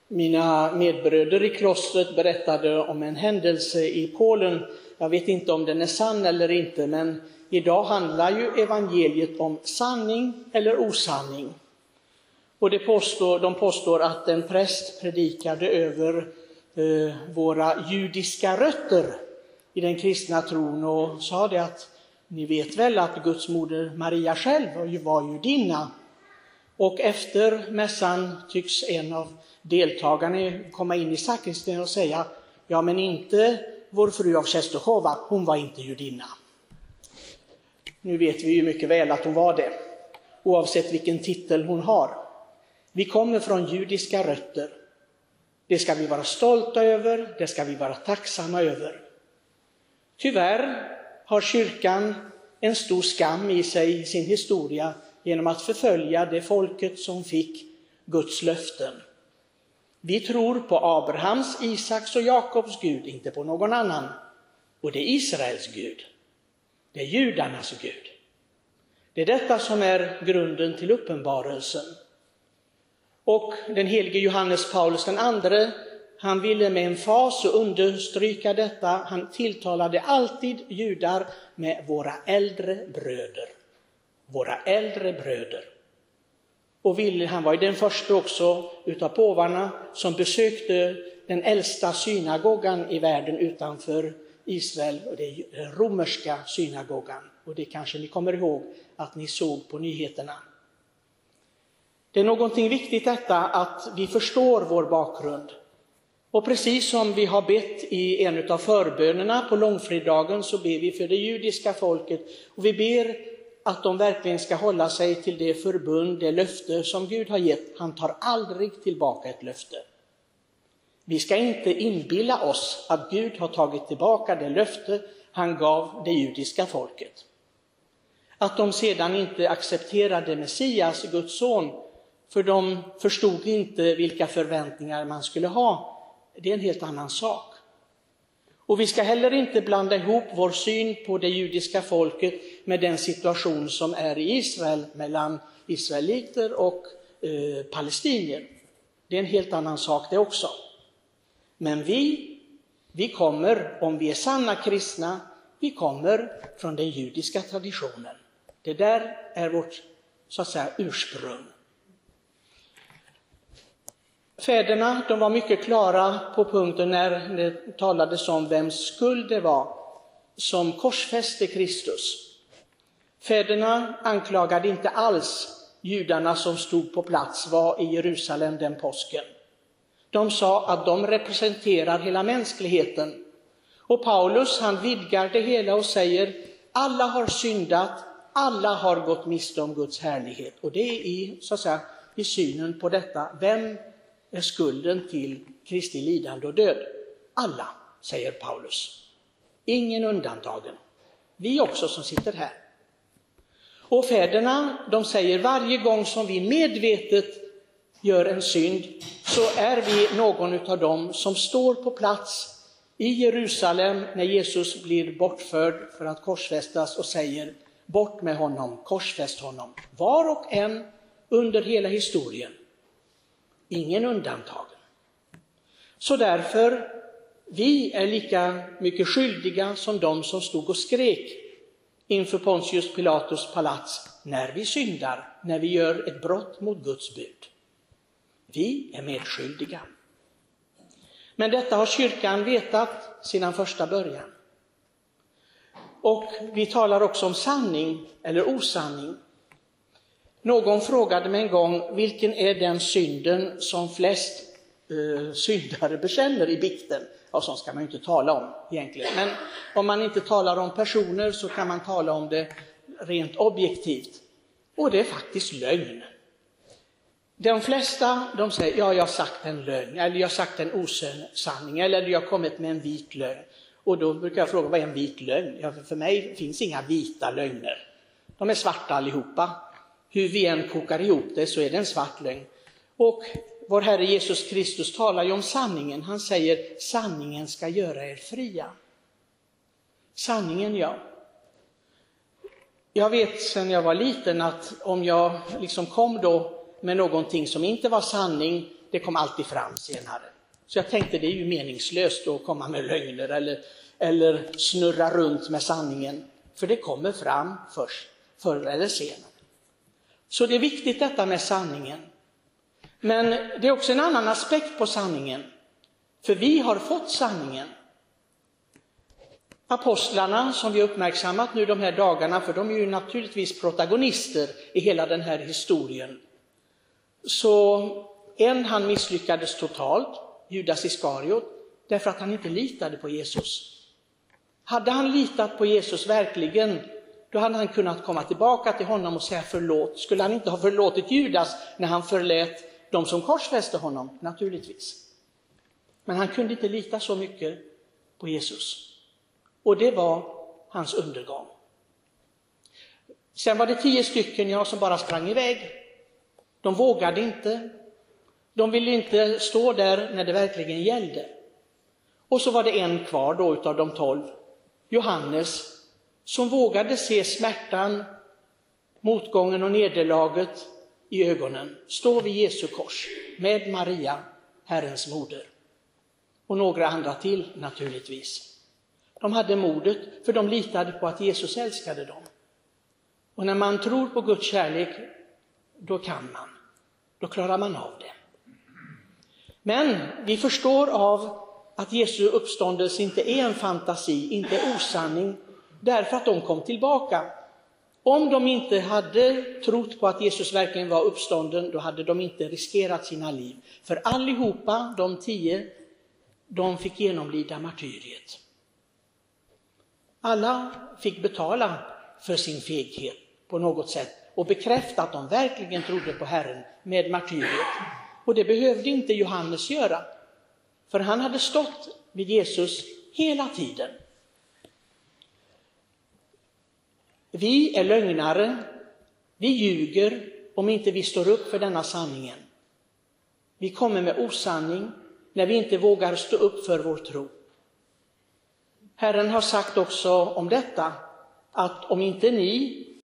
Mina medbröder i klostret berättade om en händelse i Polen. Jag vet inte om den är sann eller inte, men idag handlar ju evangeliet om sanning eller osanning. Och de påstår att en präst predikade över våra judiska rötter i den kristna tron och sa det att ni vet väl att Guds moder Maria själv var judinna. Och efter mässan tycks en av deltagarna komma in i sakristin och säga: ja, men inte vår fru av Czestochowa, hon var inte judinna. Nu vet vi ju mycket väl att hon var det, oavsett vilken titel hon har. Vi kommer från judiska rötter. Det ska vi vara stolta över, det ska vi vara tacksamma över. Tyvärr har kyrkan en stor skam i sig i sin historia genom att förfölja det folket som fick Guds löften. Vi tror på Abrahams, Isaks och Jakobs Gud, inte på någon annan. Och det är Israels Gud. Det är judarnas Gud. Det är detta som är grunden till uppenbarelsen. Och den helige Johannes Paulus den andre, han ville med emfas understryka detta. Han tilltalade alltid judar med våra äldre bröder. Våra äldre bröder. Och han var ju den första också utav påvarna som besökte den äldsta synagogan i världen utanför Israel. Och det är den romerska synagogan. Och det kanske ni kommer ihåg att ni såg på nyheterna. Det är någonting viktigt detta att vi förstår vår bakgrund. Och precis som vi har bett i en av förbönerna på långfredagen så ber vi för det judiska folket. Och vi ber att de verkligen ska hålla sig till det förbund, det löfte som Gud har gett. Han tar aldrig tillbaka ett löfte. Vi ska inte inbilla oss att Gud har tagit tillbaka det löfte han gav det judiska folket. Att de sedan inte accepterade Messias, Guds son, för de förstod inte vilka förväntningar man skulle ha. Det är en helt annan sak. Och vi ska heller inte blanda ihop vår syn på det judiska folket med den situation som är i Israel mellan israeliter och palestinier. Det är en helt annan sak det också. Men vi kommer, om vi är sanna kristna, vi kommer från den judiska traditionen. Det där är vårt, så att säga, ursprung. Fäderna, de var mycket klara på punkten när det talades om vems skuld det var som korsfäste Kristus. Fäderna anklagade inte alls judarna som stod på plats var i Jerusalem den påsken. De sa att de representerar hela mänskligheten. Och Paulus, han vidgar det hela och säger: alla har syndat, alla har gått miste om Guds härlighet. Och det är i, så att säga, i synen på detta. Vem är skulden till Kristi lidande och död? Alla, säger Paulus. Ingen undantagen. Vi också som sitter här. Och fäderna, de säger varje gång som vi medvetet gör en synd så är vi någon av dem som står på plats i Jerusalem när Jesus blir bortförd för att korsfästas och säger: bort med honom, korsfäst honom. Var och en under hela historien. Ingen undantagen. Så därför, vi är lika mycket skyldiga som de som stod och skrek inför Pontius Pilatus palats när vi syndar, när vi gör ett brott mot Guds bud. Vi är medskyldiga. Men detta har kyrkan vetat sedan första början. Och vi talar också om sanning eller osanning. Någon frågade mig en gång: vilken är den synden som flest syndare bekänner i bikten? Ja, sånt ska man ju inte tala om egentligen. Men om man inte talar om personer så kan man tala om det rent objektivt. Och det är faktiskt lögn. De flesta, de säger: ja, jag har sagt en lögn, eller jag har sagt en osanning, eller jag har kommit med en vit lögn. Och då brukar jag fråga: vad är en vit lögn? Ja, för mig finns inga vita lögner. De är svarta allihopa. Hur vi än kokar ihop det så är det en svart lögn. Och vår Herre Jesus Kristus talar ju om sanningen. Han säger: sanningen ska göra er fria. Sanningen, ja. Jag vet sedan jag var liten att om jag liksom kom då med någonting som inte var sanning det kom alltid fram senare. Så jag tänkte det är ju meningslöst att komma med lögner eller snurra runt med sanningen. För det kommer fram förr eller senare. Så det är viktigt detta med sanningen. Men det är också en annan aspekt på sanningen. För vi har fått sanningen. Apostlarna som vi uppmärksammat nu de här dagarna, för de är ju naturligtvis protagonister i hela den här historien. Så han misslyckades totalt, Judas Iskariot, därför att han inte litade på Jesus. Hade han litat på Jesus verkligen, då hade han kunnat komma tillbaka till honom och säga förlåt. Skulle han inte ha förlåtit Judas när han förlät de som korsfäste honom? Naturligtvis. Men han kunde inte lita så mycket på Jesus. Och det var hans undergång. Sen var det 10 stycken som bara sprang iväg. De vågade inte. De ville inte stå där när det verkligen gällde. Och så var det en kvar då utav de 12. Johannes, som vågade se smärtan, motgången och nederlaget i ögonen. Stå vid Jesu kors med Maria, Herrens moder. Och några andra till naturligtvis. De hade modet för de litade på att Jesus älskade dem. Och när man tror på Guds kärlek, då kan man. Då klarar man av det. Men vi förstår av att Jesu uppståndelse inte är en fantasi, inte osanning, därför att de kom tillbaka. Om de inte hade trott på att Jesus verkligen var uppstånden, då hade de inte riskerat sina liv. För allihopa, de 10, de fick genomlida martyriet. Alla fick betala för sin feghet på något sätt och bekräfta att de verkligen trodde på Herren med martyriet. Och det behövde inte Johannes göra, för han hade stått vid Jesus hela tiden. Vi är lögnare, vi ljuger om inte vi står upp för denna sanningen. Vi kommer med osanning när vi inte vågar stå upp för vår tro. Herren har sagt också om detta, att om inte ni